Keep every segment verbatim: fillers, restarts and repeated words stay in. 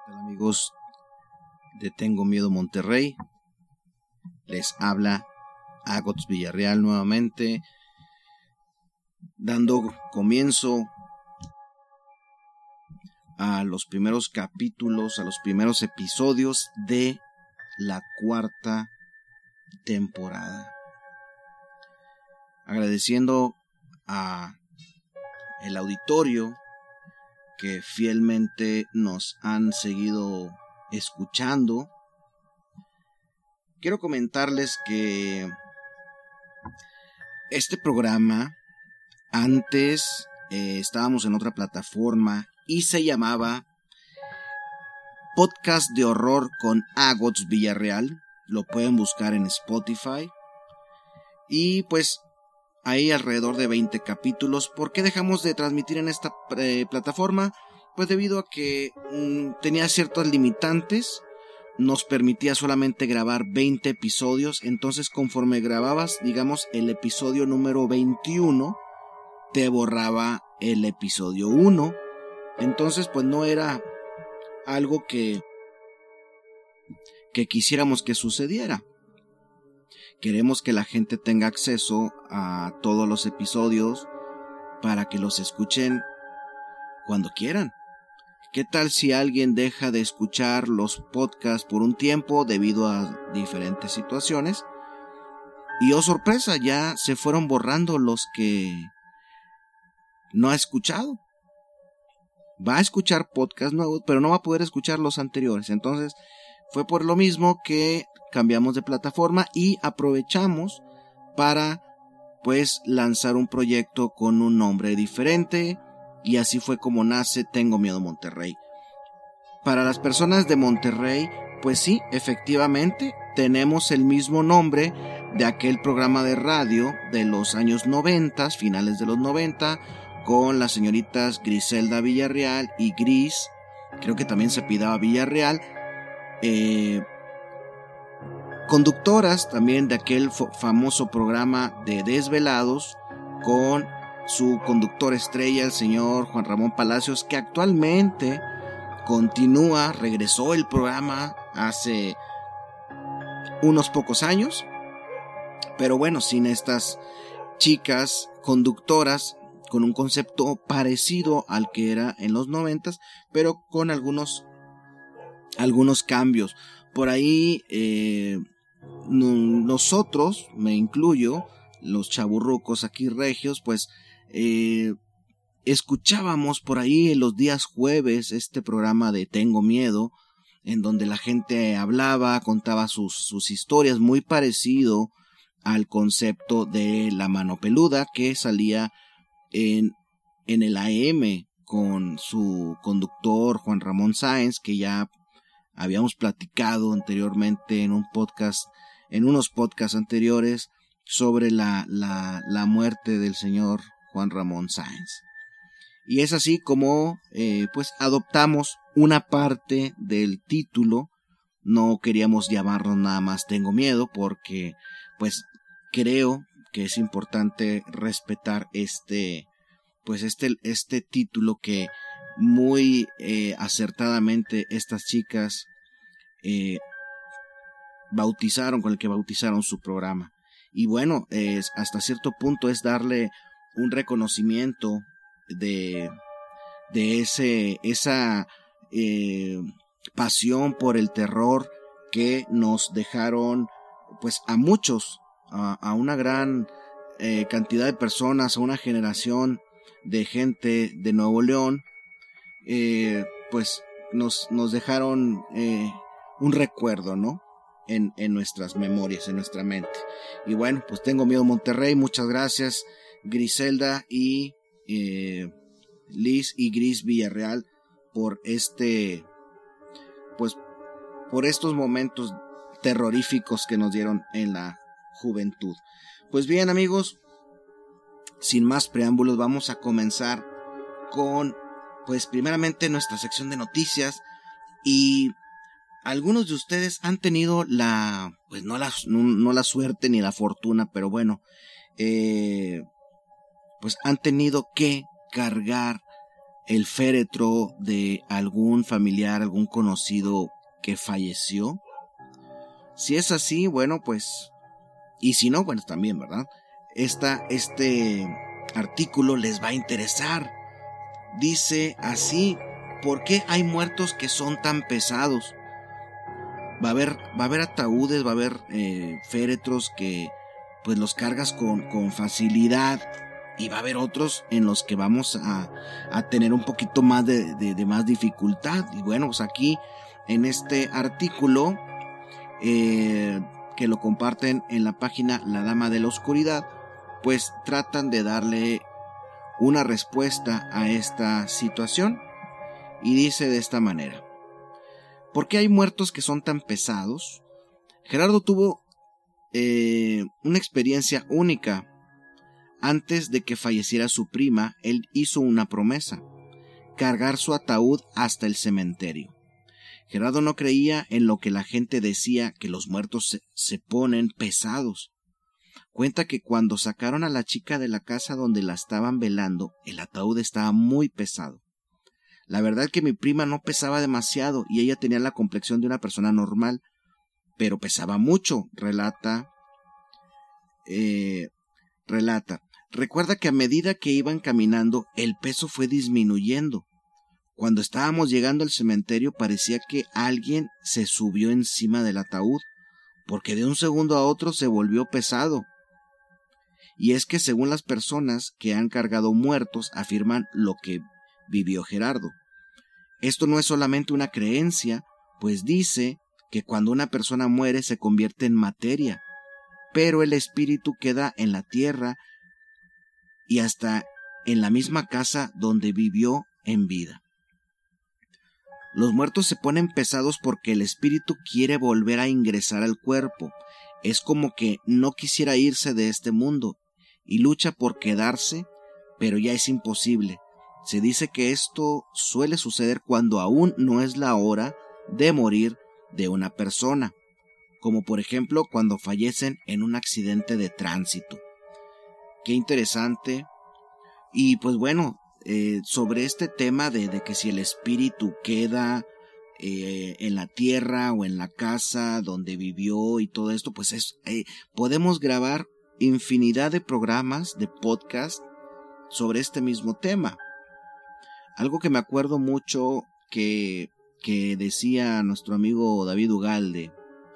Hola amigos de Tengo Miedo Monterrey, les habla Agots Villarreal nuevamente, dando comienzo a los primeros capítulos, a los primeros episodios de la cuarta temporada. Agradeciendo a el auditorio que fielmente nos han seguido escuchando. Quiero comentarles que este programa antes eh, estábamos en otra plataforma y se llamaba Podcast de Horror con Agots Villarreal. Lo pueden buscar en Spotify. Y pues hay alrededor de veinte capítulos. ¿Por qué dejamos de transmitir en esta eh, plataforma? Pues debido a que mmm, tenía ciertas limitantes. Nos permitía solamente grabar veinte episodios. Entonces conforme grababas, digamos, el episodio número veintiuno, te borraba el episodio uno. Entonces pues no era algo que, que quisiéramos que sucediera. Queremos que la gente tenga acceso a todos los episodios para que los escuchen cuando quieran. ¿Qué tal si alguien deja de escuchar los podcasts por un tiempo debido a diferentes situaciones? Y oh sorpresa, ya se fueron borrando los que no ha escuchado. Va a escuchar podcasts nuevos, pero no va a poder escuchar los anteriores. Entonces fue por lo mismo que cambiamos de plataforma y aprovechamos para pues lanzar un proyecto con un nombre diferente, y así fue como nace Tengo Miedo Monterrey. Para las personas de Monterrey, pues sí, efectivamente tenemos el mismo nombre de aquel programa de radio de los años noventa, finales de los noventa, con las señoritas Griselda Villarreal y Gris, creo que también se apellidaba Villarreal, eh conductoras también de aquel famoso programa de Desvelados, con su conductor estrella, el señor Juan Ramón Palacios, que actualmente continúa, regresó el programa hace unos pocos años, pero bueno, sin estas chicas conductoras, con un concepto parecido al que era en los noventas, pero con algunos, algunos cambios. Por ahí eh, nosotros, me incluyo, los chaburrucos aquí regios, pues eh, escuchábamos por ahí en los días jueves este programa de Tengo Miedo, en donde la gente hablaba, contaba sus, sus historias, muy parecido al concepto de La Mano Peluda, que salía en, en el A M con su conductor Juan Ramón Sáenz, que ya habíamos platicado anteriormente en un podcast, en unos podcasts anteriores, sobre la, la, la muerte del señor Juan Ramón Sáenz. Y es así como eh, pues adoptamos una parte del título. No queríamos llamarnos nada más Tengo Miedo, porque pues creo que es importante respetar este pues este, este título que muy eh, acertadamente estas chicas eh, bautizaron, con el que bautizaron su programa. Y bueno, eh, hasta cierto punto es darle un reconocimiento de, de ese, esa eh, pasión por el terror que nos dejaron pues a muchos, a, a una gran eh, cantidad de personas, a una generación de gente de Nuevo León, eh, pues nos, nos dejaron eh, un recuerdo, ¿no? En, en nuestras memorias, en nuestra mente. Y bueno, pues Tengo Miedo Monterrey, muchas gracias Griselda y eh, Liz y Gris Villarreal por este, pues por estos momentos terroríficos que nos dieron en la juventud. Pues bien amigos, sin más preámbulos, vamos a comenzar con pues primeramente nuestra sección de noticias. Y algunos de ustedes han tenido la, pues no la, no, no la suerte ni la fortuna, pero bueno, eh, pues han tenido que cargar el féretro de algún familiar, algún conocido que falleció? Si es así, bueno, pues, y si no, bueno, también, ¿verdad? Esta, este artículo les va a interesar. Dice así: ¿por qué hay muertos que son tan pesados? Va a haber, va a haber ataúdes, va a haber eh, féretros que pues los cargas con, con facilidad, y va a haber otros en los que vamos a, a tener un poquito más de, de, de más dificultad. Y bueno, pues aquí en este artículo eh, que lo comparten en la página La Dama de la Oscuridad, pues tratan de darle una respuesta a esta situación, y dice de esta manera: ¿por qué hay muertos que son tan pesados? Gerardo tuvo eh, una experiencia única. Antes de que falleciera su prima, él hizo una promesa: cargar su ataúd hasta el cementerio. Gerardo no creía en lo que la gente decía, que los muertos se, se ponen pesados. Cuenta que cuando sacaron a la chica de la casa donde la estaban velando, el ataúd estaba muy pesado. La verdad que mi prima no pesaba demasiado y ella tenía la complexión de una persona normal, pero pesaba mucho, relata. Eh, relata. Recuerda que a medida que iban caminando, el peso fue disminuyendo. Cuando estábamos llegando al cementerio, parecía que alguien se subió encima del ataúd, porque de un segundo a otro se volvió pesado. Y es que según las personas que han cargado muertos, afirman lo que vivió Gerardo. Esto no es solamente una creencia, pues dice que cuando una persona muere se convierte en materia, pero el espíritu queda en la tierra y hasta en la misma casa donde vivió en vida. Los muertos se ponen pesados porque el espíritu quiere volver a ingresar al cuerpo. Es como que no quisiera irse de este mundo y lucha por quedarse, pero ya es imposible. Se dice que esto suele suceder cuando aún no es la hora de morir de una persona, como por ejemplo cuando fallecen en un accidente de tránsito. Qué interesante. Y pues bueno, eh, sobre este tema de, de que si el espíritu queda eh, en la tierra o en la casa donde vivió y todo esto, pues es, eh, podemos grabar infinidad de programas, de podcast sobre este mismo tema. Algo que me acuerdo mucho que, que decía nuestro amigo David Ugalde,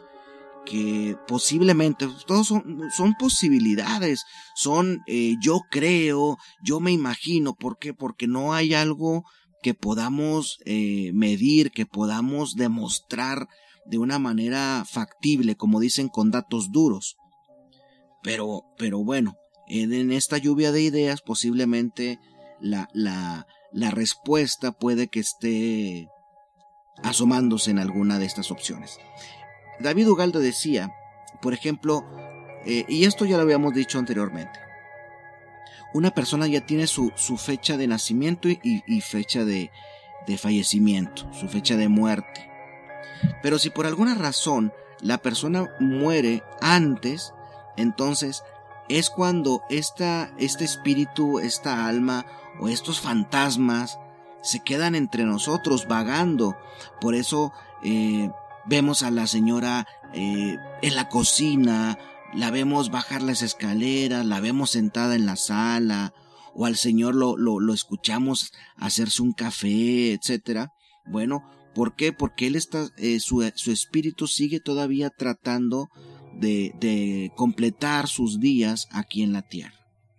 que posiblemente, todos son, son posibilidades, son eh, yo creo, yo me imagino. ¿Por qué? Porque no hay algo que podamos eh, medir, que podamos demostrar de una manera factible, como dicen, con datos duros. Pero, pero bueno, en, en esta lluvia de ideas posiblemente la, la, la respuesta puede que esté asomándose en alguna de estas opciones. David Ugalde decía, por ejemplo, eh, y esto ya lo habíamos dicho anteriormente, una persona ya tiene su, su fecha de nacimiento y, y fecha de, de fallecimiento, su fecha de muerte. Pero si por alguna razón la persona muere antes, entonces es cuando esta, este espíritu, esta alma o estos fantasmas se quedan entre nosotros vagando. Por eso eh, vemos a la señora eh, en la cocina, la vemos bajar las escaleras, la vemos sentada en la sala, o al señor lo, lo, lo escuchamos hacerse un café, etcétera. Bueno, ¿por qué? Porque él está, eh, su, su espíritu sigue todavía tratando de, de completar sus días aquí en la tierra.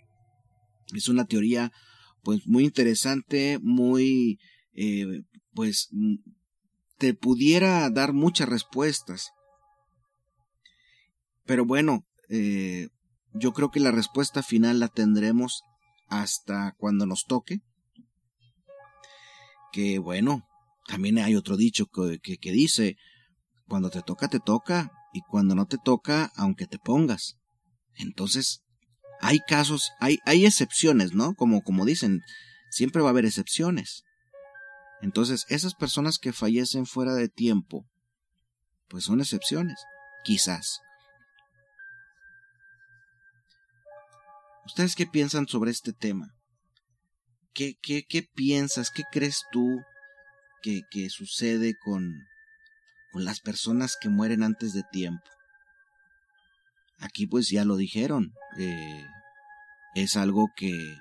Es una teoría pues muy interesante, muy eh, pues te pudiera dar muchas respuestas. Pero bueno, eh, yo creo que la respuesta final la tendremos hasta cuando nos toque. Que bueno, también hay otro dicho que, que, que dice, cuando te toca, te toca, y cuando no te toca, aunque te pongas. Entonces, hay casos, hay, hay excepciones, ¿no? Como, como dicen, siempre va a haber excepciones. Entonces, esas personas que fallecen fuera de tiempo, pues son excepciones, quizás. ¿Ustedes qué piensan sobre este tema? ¿qué, qué, qué piensas? ¿Qué crees tú que, que sucede con, con las personas que mueren antes de tiempo? Aquí pues ya lo dijeron, eh, es algo que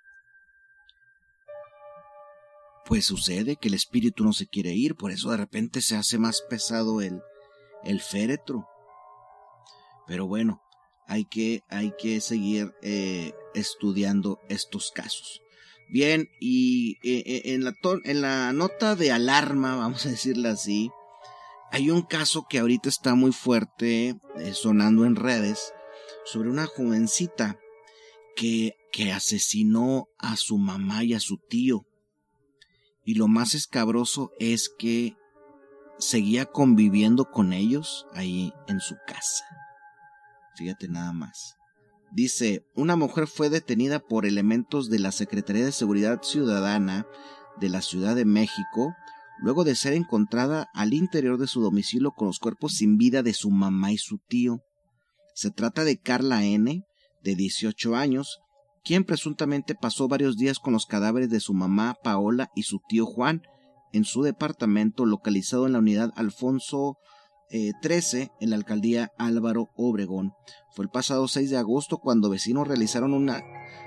pues sucede, que el espíritu no se quiere ir, por eso de repente se hace más pesado el, el féretro. Pero bueno, hay que, hay que seguir eh, estudiando estos casos. Bien, y eh, en, la to- en la nota de alarma, vamos a decirla así, hay un caso que ahorita está muy fuerte, eh, sonando en redes, sobre una jovencita que, que asesinó a su mamá y a su tío. Y lo más escabroso es que seguía conviviendo con ellos ahí en su casa. Fíjate nada más. Dice, una mujer fue detenida por elementos de la Secretaría de Seguridad Ciudadana de la Ciudad de México, luego de ser encontrada al interior de su domicilio con los cuerpos sin vida de su mamá y su tío. Se trata de Carla N., de dieciocho años, quien presuntamente pasó varios días con los cadáveres de su mamá Paola y su tío Juan en su departamento localizado en la unidad Alfonso eh, trece en la alcaldía Álvaro Obregón. Fue el pasado seis de agosto cuando vecinos realizaron una,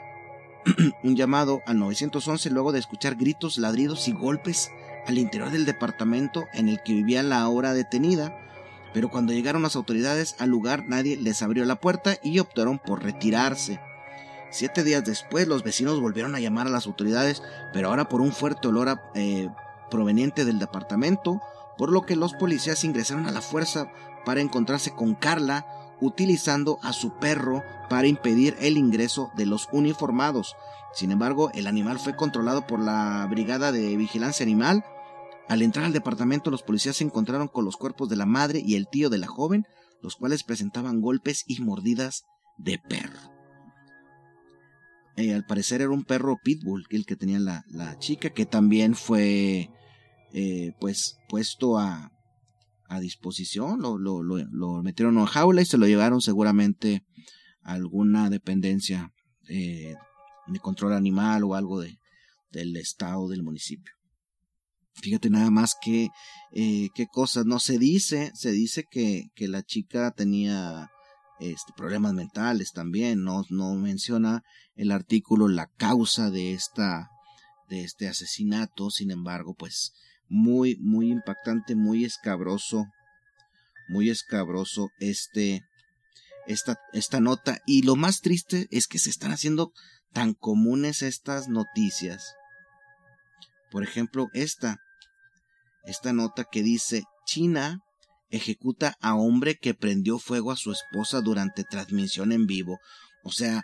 un llamado al nueve once luego de escuchar gritos, ladridos y golpes al interior del departamento en el que vivía la ahora detenida, pero cuando llegaron las autoridades al lugar nadie les abrió la puerta y optaron por retirarse. Siete días después los vecinos volvieron a llamar a las autoridades, pero ahora por un fuerte olor a, eh, proveniente del departamento, por lo que los policías ingresaron a la fuerza para encontrarse con Carla, utilizando a su perro para impedir el ingreso de los uniformados. Sin embargo, el animal fue controlado por la Brigada de Vigilancia Animal. Al entrar al departamento, los policías se encontraron con los cuerpos de la madre y el tío de la joven, los cuales presentaban golpes y mordidas de perro. Eh, al parecer era un perro pitbull el que tenía la, la chica, que también fue eh, pues puesto a, a disposición, lo, lo, lo, lo metieron en una jaula y se lo llevaron seguramente a alguna dependencia eh, de control animal o algo de, del estado, del municipio. Fíjate nada más que eh, qué cosas, no se dice, se dice que, que la chica tenía este, problemas mentales también, no, no menciona el artículo la causa de esta, de este asesinato. Sin embargo, pues muy, muy impactante, muy escabroso, muy escabroso este, esta, esta nota. Y lo más triste es que se están haciendo tan comunes estas noticias. Por ejemplo, esta, esta nota que dice: China ejecuta a hombre que prendió fuego a su esposa durante transmisión en vivo. O sea,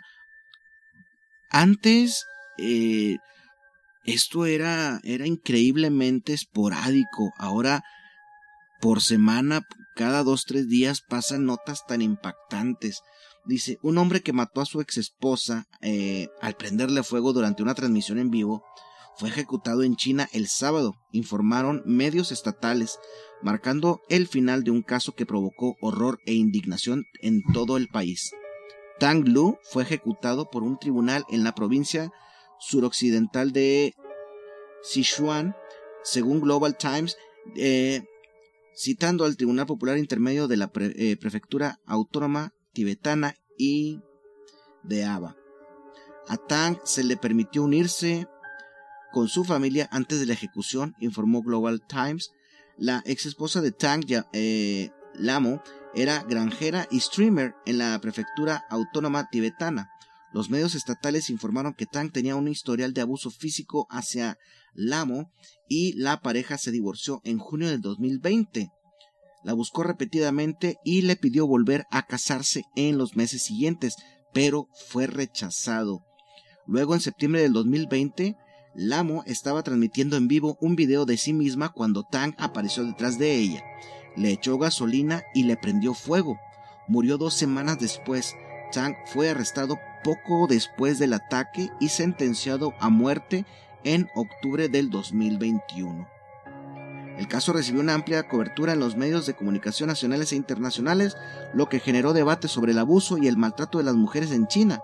antes eh, esto era, era increíblemente esporádico. Ahora, por semana, cada dos, tres días pasan notas tan impactantes. Dice, un hombre que mató a su exesposa eh, al prenderle fuego durante una transmisión en vivo fue ejecutado en China el sábado, informaron medios estatales, marcando el final de un caso que provocó horror e indignación en todo el país. Tang Lu fue ejecutado por un tribunal en la provincia suroccidental de Sichuan, según Global Times, eh, citando al Tribunal Popular Intermedio de la pre, eh, Prefectura Autónoma Tibetana y de Aba. A Tang se le permitió unirse con su familia antes de la ejecución, informó Global Times. La ex esposa de Tang, eh, Lamo, era granjera y streamer en la prefectura autónoma tibetana. Los medios estatales informaron que Tang tenía un historial de abuso físico hacia Lamo y la pareja se divorció en junio del dos mil veinte. La buscó repetidamente y le pidió volver a casarse en los meses siguientes, pero fue rechazado. Luego, en septiembre del dos mil veinte, Lamo estaba transmitiendo en vivo un video de sí misma cuando Tang apareció detrás de ella. Le echó gasolina y le prendió fuego. Murió dos semanas después. Tang fue arrestado poco después del ataque y sentenciado a muerte en octubre del dos mil veintiuno. El caso recibió una amplia cobertura en los medios de comunicación nacionales e internacionales, lo que generó debate sobre el abuso y el maltrato de las mujeres en China,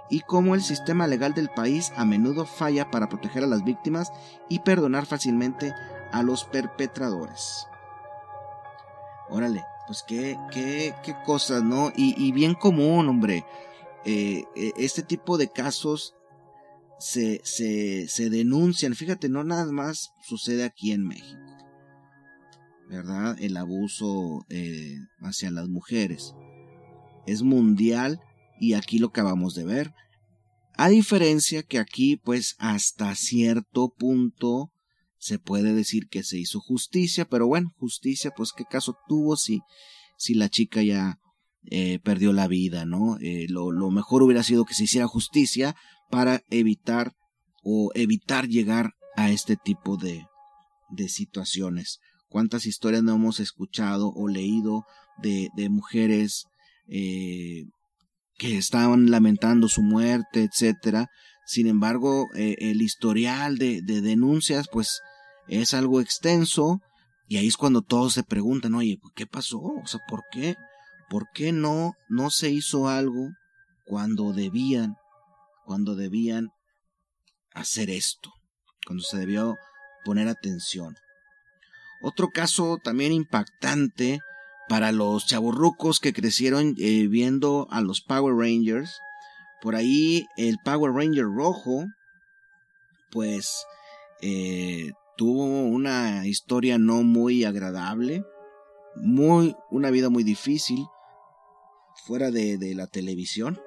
y cómo el sistema legal del país a menudo falla para proteger a las víctimas y perdonar fácilmente a los perpetradores. Órale, pues qué, qué, qué cosas, ¿no? Y, y bien común, hombre. Eh, este tipo de casos se, se, se denuncian. Fíjate, no nada más sucede aquí en México, ¿verdad? El abuso eh, hacia las mujeres es mundial y aquí lo acabamos de ver. A diferencia que aquí, pues, hasta cierto punto se puede decir que se hizo justicia, pero bueno, justicia, pues, ¿qué caso tuvo si, si la chica ya eh, perdió la vida, ¿no? Eh, lo, lo mejor hubiera sido que se hiciera justicia para evitar o evitar llegar a este tipo de, de situaciones. ¿Cuántas historias no hemos escuchado o leído de, de mujeres eh, que estaban lamentando su muerte, etcétera? Sin embargo, eh, el historial de, de denuncias, pues, es algo extenso, y ahí es cuando todos se preguntan, oye, ¿qué pasó? O sea, ¿por qué? ¿Por qué no, no se hizo algo cuando debían, cuando debían hacer esto? Cuando se debió poner atención. Otro caso también impactante para los chavorrucos que crecieron eh, viendo a los Power Rangers. Por ahí el Power Ranger rojo, pues, eh, tuvo una historia no muy agradable, muy, una vida muy difícil fuera de, de la televisión.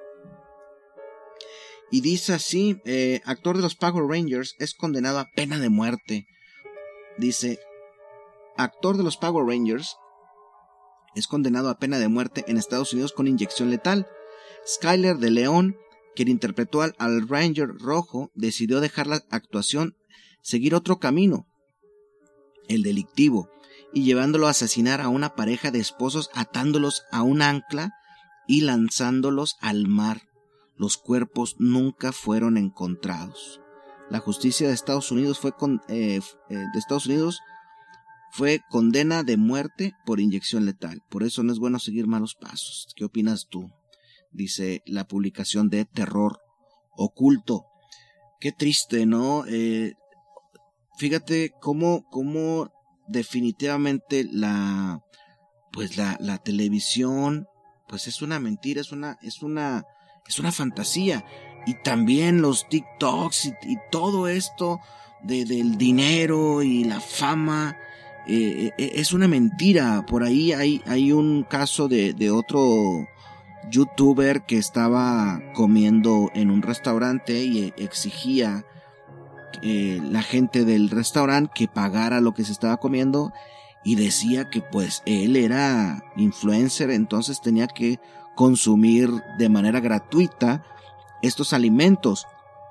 Y dice así, eh, actor de los Power Rangers es condenado a pena de muerte. Dice, actor de los Power Rangers es condenado a pena de muerte en Estados Unidos con inyección letal. Skyler de León, quien interpretó al, al Ranger rojo, decidió dejar la actuación, seguir otro camino, el delictivo, y llevándolo a asesinar a una pareja de esposos atándolos a un ancla y lanzándolos al mar. Los cuerpos nunca fueron encontrados. La justicia de Estados Unidos fue con, eh, de Estados Unidos fue condena de muerte por inyección letal. Por eso no es bueno seguir malos pasos. ¿Qué opinas tú? Dice la publicación de Terror Oculto. Qué triste, ¿no? Eh, fíjate cómo, cómo definitivamente la, pues la, la televisión, pues es una mentira, es una, es una, es una fantasía. Y también los TikToks y, y todo esto de, del dinero y la fama, eh, eh, es una mentira. Por ahí hay, hay un caso de, de otro youtuber que estaba comiendo en un restaurante y exigía eh, la gente del restaurante que pagara lo que se estaba comiendo, y decía que pues él era influencer, entonces tenía que consumir de manera gratuita estos alimentos,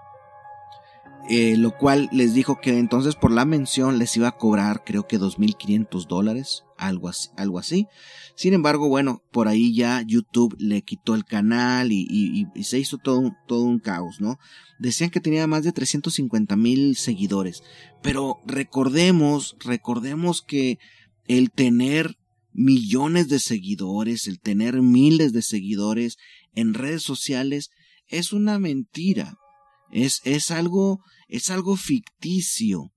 eh, lo cual les dijo que entonces por la mención les iba a cobrar creo que dos mil quinientos dólares, algo así, algo así. Sin embargo, bueno, por ahí ya YouTube le quitó el canal y, y, y se hizo todo un, todo un caos, ¿no? Decían que tenía más de trescientos cincuenta mil seguidores, pero recordemos, recordemos que el tener millones de seguidores, el tener miles de seguidores en redes sociales es una mentira. Es, es algo, es algo ficticio.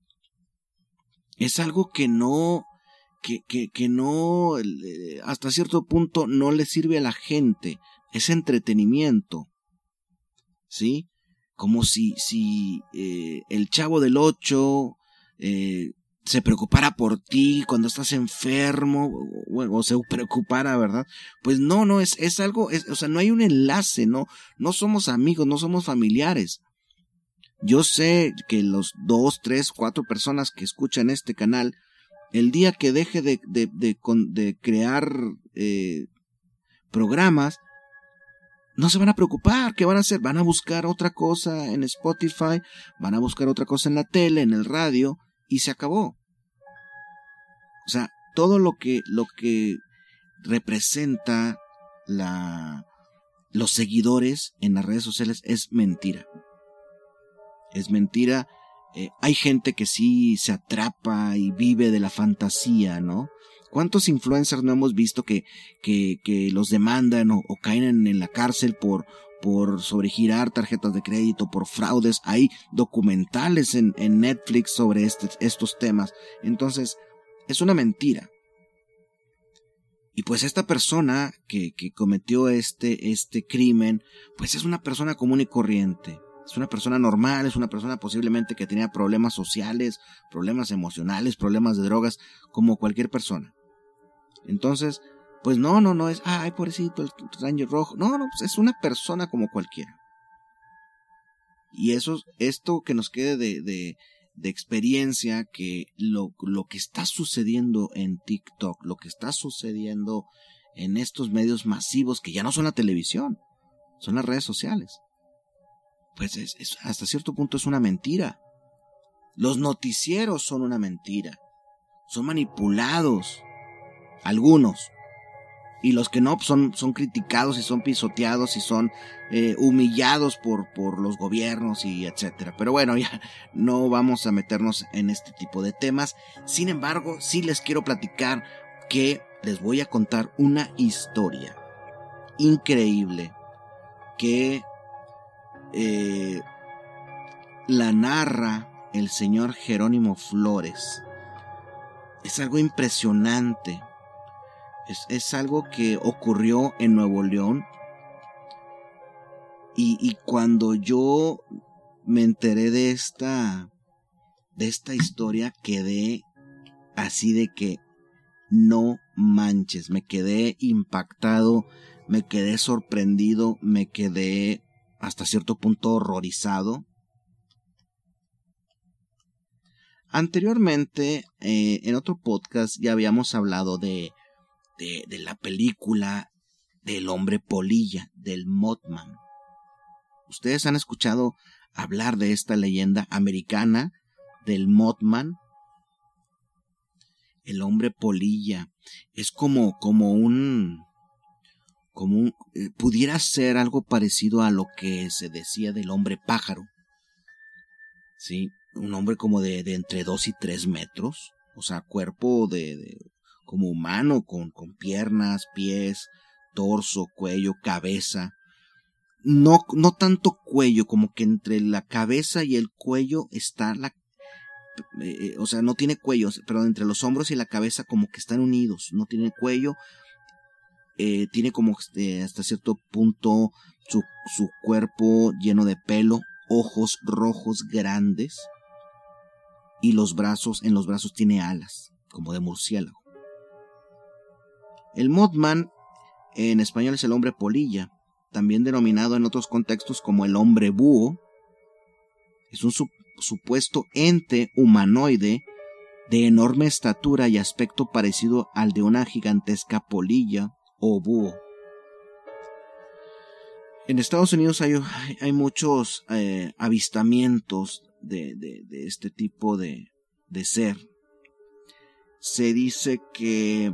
Es algo que no, que, que, que no, hasta cierto punto no le sirve a la gente. Es entretenimiento. ¿Sí? Como si, si eh, el Chavo del Ocho eh, se preocupara por ti cuando estás enfermo, o, o se preocupara, ¿verdad? Pues no, no, es, es algo, es, o sea, no hay un enlace, no, no somos amigos, no somos familiares. Yo sé que los dos, tres, cuatro personas que escuchan este canal, el día que deje de, de, de, de, de crear eh, programas, no se van a preocupar. ¿Qué van a hacer? Van a buscar otra cosa en Spotify, van a buscar otra cosa en la tele, en el radio, y se acabó. O sea, todo lo que, lo que representa la, los seguidores en las redes sociales es mentira. Es mentira. Eh, hay gente que sí se atrapa y vive de la fantasía, ¿no? ¿Cuántos influencers no hemos visto que, que, que los demandan o, o caen en, en la cárcel por, por sobregirar tarjetas de crédito, por fraudes. Hay documentales en, en Netflix sobre este, estos temas. Entonces, es una mentira. Y pues esta persona que, que cometió este, este crimen, pues es una persona común y corriente. Es una persona normal, es una persona posiblemente que tenía problemas sociales, problemas emocionales, problemas de drogas, como cualquier persona. Entonces, pues no, no, no es, ay, pobrecito, el Ranger Rojo. No, no, pues es una persona como cualquiera. Y eso, esto que nos quede de, de, de experiencia, que lo, lo que está sucediendo en TikTok, lo que está sucediendo en estos medios masivos, que ya no son la televisión, son las redes sociales, pues es, es, hasta cierto punto es una mentira. Los noticieros son una mentira. Son manipulados. Algunos. Y los que no son, son criticados y son pisoteados y son eh, humillados por, por los gobiernos y etcétera. Pero bueno, ya no vamos a meternos en este tipo de temas. Sin embargo, sí les quiero platicar que les voy a contar una historia increíble que eh, la narra el señor Jerónimo Flores. Es algo impresionante. Es, es algo que ocurrió en Nuevo León. Y, y cuando yo me enteré de esta, de esta historia, quedé así de que no manches. Me quedé impactado, me quedé sorprendido, me quedé hasta cierto punto horrorizado. Anteriormente, eh, en otro podcast ya habíamos hablado de De, de la película del hombre polilla, del Mothman. ¿Ustedes han escuchado hablar de esta leyenda americana del Mothman? El hombre polilla es como, como un, como un, eh, pudiera ser algo parecido a lo que se decía del hombre pájaro. Sí, un hombre como de, de entre dos y tres metros, o sea, cuerpo de, de como humano, con, con piernas, pies, torso, cuello, cabeza. No, no tanto cuello, como que entre la cabeza y el cuello está la... Eh, o sea, no tiene cuello, pero entre los hombros y la cabeza como que están unidos. No tiene cuello. Eh, tiene como eh, hasta cierto punto su, su cuerpo lleno de pelo, ojos rojos grandes. Y los brazos, en los brazos tiene alas, como de murciélago. El Mothman en español es el hombre polilla, también denominado en otros contextos como el hombre búho. Es un sup- supuesto ente humanoide de enorme estatura y aspecto parecido al de una gigantesca polilla o búho. En Estados Unidos hay, hay muchos eh, avistamientos de, de, de este tipo de, de ser. Se dice que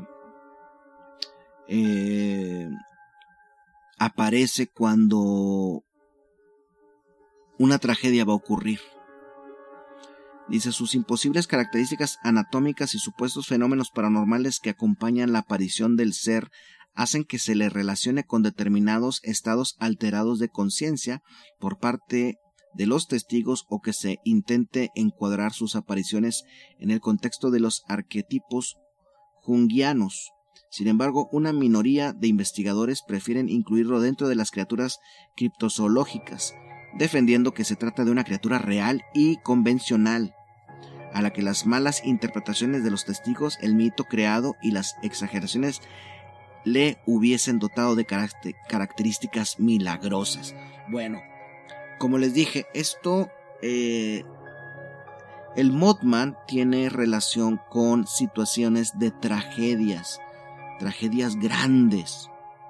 Eh, aparece cuando una tragedia va a ocurrir. Dice, sus imposibles características anatómicas y supuestos fenómenos paranormales que acompañan la aparición del ser hacen que se le relacione con determinados estados alterados de conciencia por parte de los testigos, o que se intente encuadrar sus apariciones en el contexto de los arquetipos junguianos. Sin embargo, una minoría de investigadores prefieren incluirlo dentro de las criaturas criptozoológicas, defendiendo que se trata de una criatura real y convencional, a la que las malas interpretaciones de los testigos, el mito creado y las exageraciones le hubiesen dotado de caract- características milagrosas. Bueno, como les dije, esto... Eh, el Mothman tiene relación con situaciones de tragedias, tragedias grandes.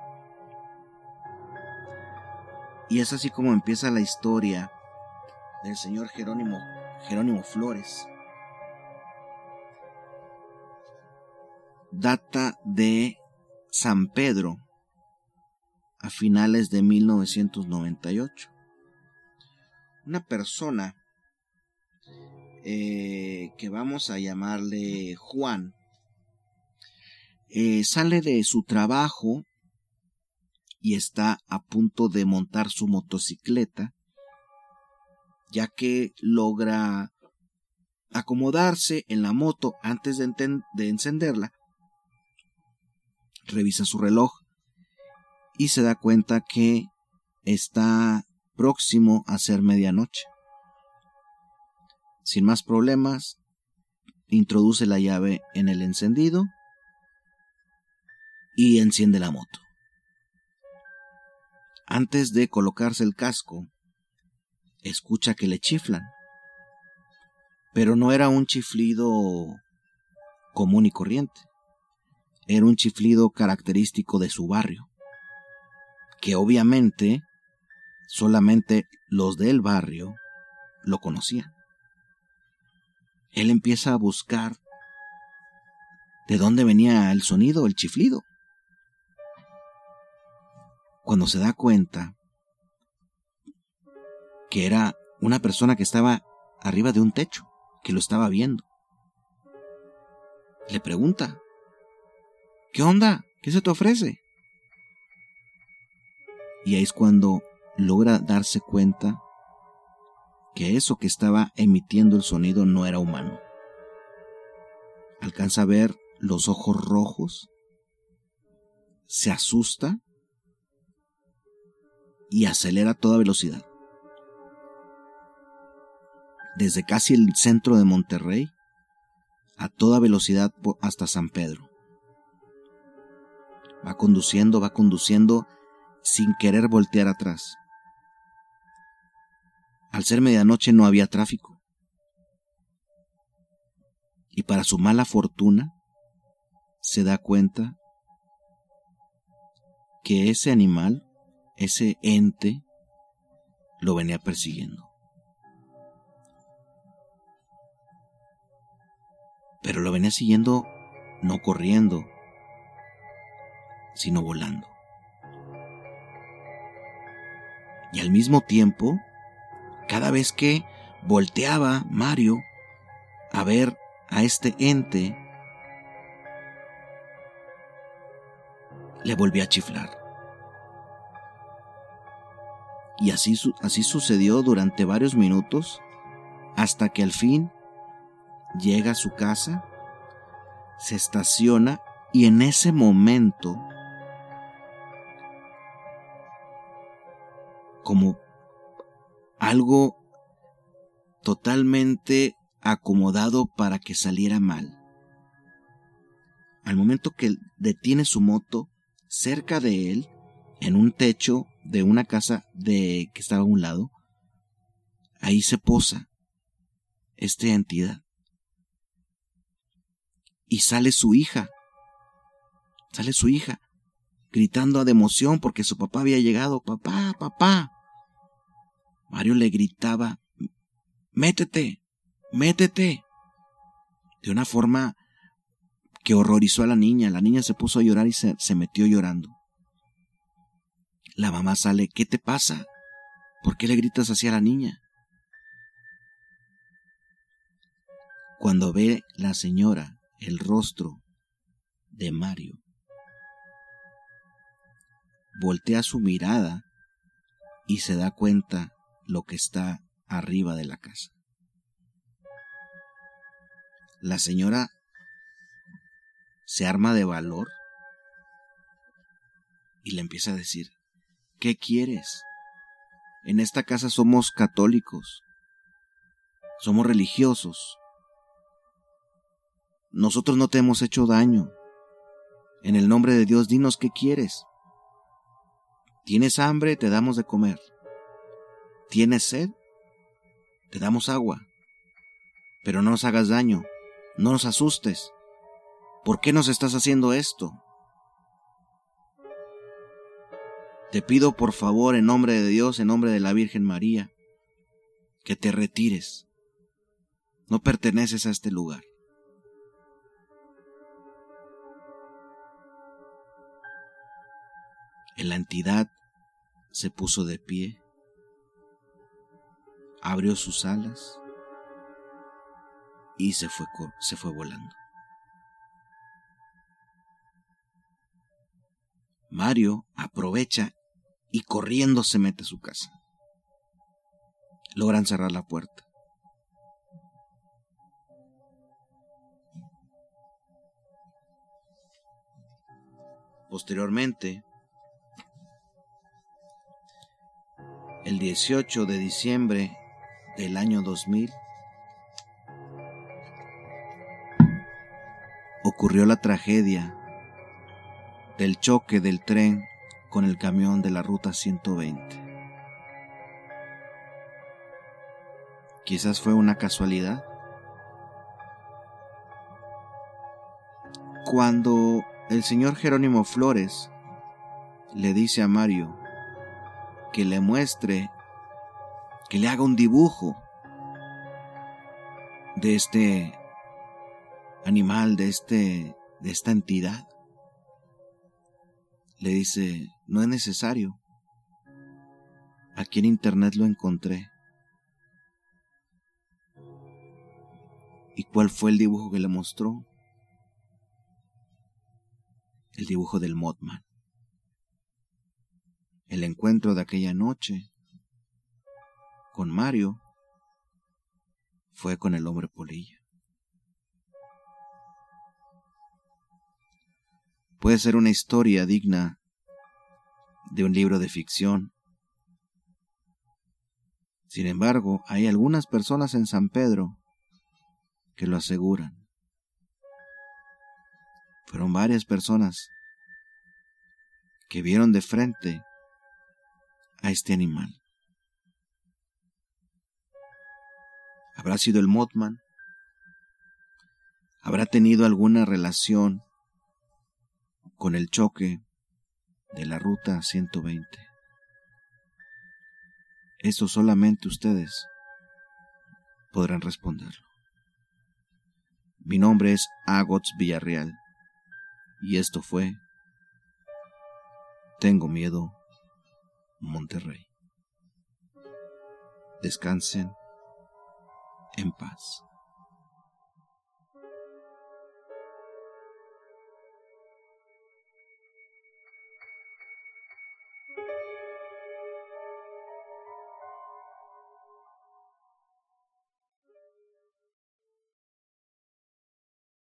Y es así como empieza la historia del señor Jerónimo, Jerónimo Flores. Data de San Pedro a finales de mil novecientos noventa y ocho. Una persona eh, que vamos a llamarle Juan, eh, sale de su trabajo y está a punto de montar su motocicleta, ya que logra acomodarse en la moto antes de, enten- de encenderla. Revisa su reloj y se da cuenta que está próximo a ser medianoche. Sin más problemas, introduce la llave en el encendido y enciende la moto. Antes de colocarse el casco, escucha que le chiflan, pero no era un chiflido común y corriente. Era un chiflido característico de su barrio, que obviamente solamente los del barrio lo conocían. Él empieza a buscar de dónde venía el sonido, el chiflido. Cuando se da cuenta que era una persona que estaba arriba de un techo, que lo estaba viendo, le pregunta: ¿qué onda? ¿Qué se te ofrece? Y ahí es cuando logra darse cuenta que eso que estaba emitiendo el sonido no era humano. Alcanza a ver los ojos rojos, se asusta y acelera a toda velocidad. Desde casi el centro de Monterrey, a toda velocidad hasta San Pedro. Va conduciendo, va conduciendo sin querer voltear atrás. Al ser medianoche no había tráfico. Y para su mala fortuna, se da cuenta que ese animal, ese ente, lo venía persiguiendo. Pero lo venía siguiendo no corriendo, sino volando. Y al mismo tiempo, cada vez que volteaba Mario a ver a este ente, le volvía a chiflar. Y así, así sucedió durante varios minutos, hasta que al fin llega a su casa, se estaciona y en ese momento, como algo totalmente acomodado para que saliera mal, al momento que detiene su moto cerca de él, en un techo de una casa de que estaba a un lado, ahí se posa esta entidad. Y sale su hija, sale su hija, gritando de emoción porque su papá había llegado. Papá, papá. Mario le gritaba: métete, métete. De una forma que horrorizó a la niña. La niña se puso a llorar y se, se metió llorando. La mamá sale: ¿qué te pasa? ¿Por qué le gritas así a la niña? Cuando ve la señora el rostro de Mario, voltea su mirada y se da cuenta lo que está arriba de la casa. La señora se arma de valor y le empieza a decir: ¿qué quieres? En esta casa somos católicos, somos religiosos. Nosotros no te hemos hecho daño. En el nombre de Dios, dinos qué quieres. ¿Tienes hambre? Te damos de comer. ¿Tienes sed? Te damos agua. Pero no nos hagas daño, no nos asustes. ¿Por qué nos estás haciendo esto? Te pido por favor, en nombre de Dios, en nombre de la Virgen María, que te retires. No perteneces a este lugar. La entidad se puso de pie, abrió sus alas y se fue, se fue volando. Mario aprovecha y corriendo se mete a su casa. Logran cerrar la puerta. Posteriormente, el dieciocho de diciembre del año dos mil, ocurrió la tragedia del choque del tren con el camión de la ruta ciento veinte. Quizás fue una casualidad. Cuando el señor Jerónimo Flores le dice a Mario que le muestre, que le haga un dibujo de este animal, de este, de esta entidad, le dice, no es necesario. Aquí en internet lo encontré. ¿Y cuál fue el dibujo que le mostró? El dibujo del Mothman. El encuentro de aquella noche con Mario fue con el hombre polilla. Puede ser una historia digna de un libro de ficción. Sin embargo, hay algunas personas en San Pedro que lo aseguran. Fueron varias personas que vieron de frente a este animal. ¿Habrá sido el Mothman? ¿Habrá tenido alguna relación con el choque de la ruta ciento veinte? Eso solamente ustedes podrán responderlo. Mi nombre es Agots Villarreal y esto fue Tengo Miedo, Monterrey. Descansen en paz.